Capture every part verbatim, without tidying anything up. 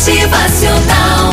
Motivacional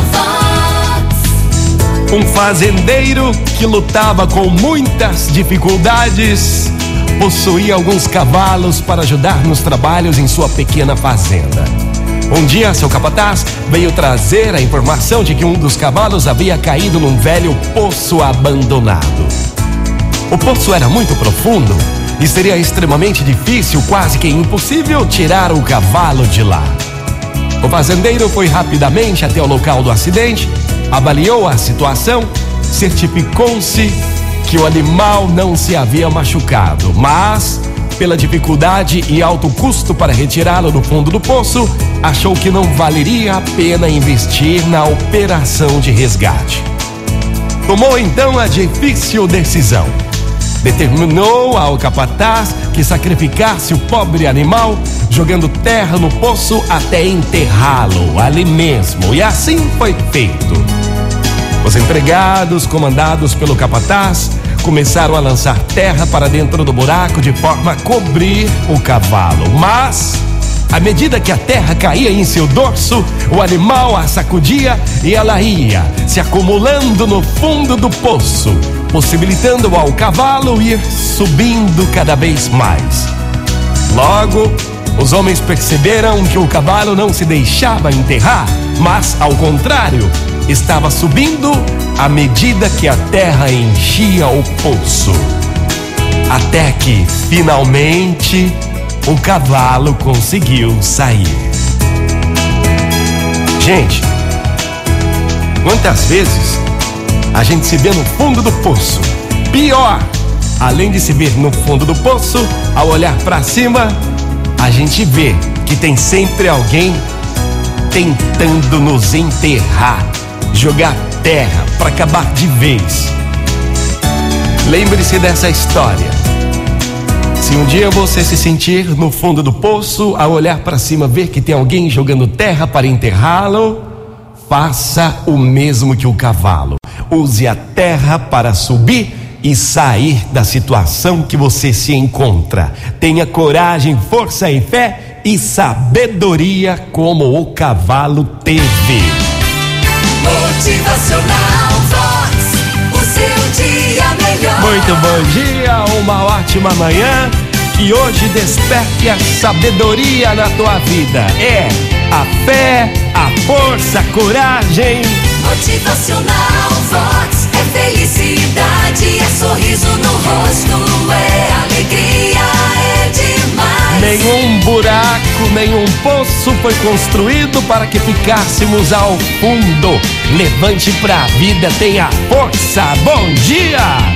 Vox. Um fazendeiro que lutava com muitas dificuldades possuía alguns cavalos para ajudar nos trabalhos em sua pequena fazenda. Um dia, seu capataz veio trazer a informação de que um dos cavalos havia caído num velho poço abandonado. O poço era muito profundo e seria extremamente difícil, quase que impossível, tirar o cavalo de lá. O fazendeiro foi rapidamente até o local do acidente, avaliou a situação, certificou-se que o animal não se havia machucado, mas, pela dificuldade e alto custo para retirá-lo do fundo do poço, achou que não valeria a pena investir na operação de resgate. Tomou então a difícil decisão. Determinou ao capataz que sacrificasse o pobre animal, jogando terra no poço até enterrá-lo ali mesmo, e assim foi feito. Os empregados, comandados pelo capataz, começaram a lançar terra para dentro do buraco de forma a cobrir o cavalo. Mas, à medida que a terra caía em seu dorso, o animal a sacudia e ela ia se acumulando no fundo do poço, possibilitando ao cavalo ir subindo cada vez mais. Logo, os homens perceberam que o cavalo não se deixava enterrar, mas, ao contrário, estava subindo à medida que a terra enchia o poço. Até que, finalmente, o cavalo conseguiu sair. Gente, quantas vezes a gente se vê no fundo do poço? Pior, além de se ver no fundo do poço, ao olhar para cima, a gente vê que tem sempre alguém tentando nos enterrar, jogar terra para acabar de vez. Lembre-se dessa história. Se um dia você se sentir no fundo do poço, ao olhar para cima ver que tem alguém jogando terra para enterrá-lo, faça o mesmo que o cavalo. Use a terra para subir e sair da situação que você se encontra. Tenha coragem, força e fé e sabedoria como o cavalo teve. Motivacional Vox, o seu dia melhor. Muito bom dia, uma ótima manhã. Que hoje desperte a sabedoria na tua vida. É a fé, a força, a coragem. Motivacional Vox é felicidade, é sorriso no rosto, é alegria, é demais. Nenhum buraco, nenhum poço foi construído para que ficássemos ao fundo. Levante pra vida, tenha força. Bom dia!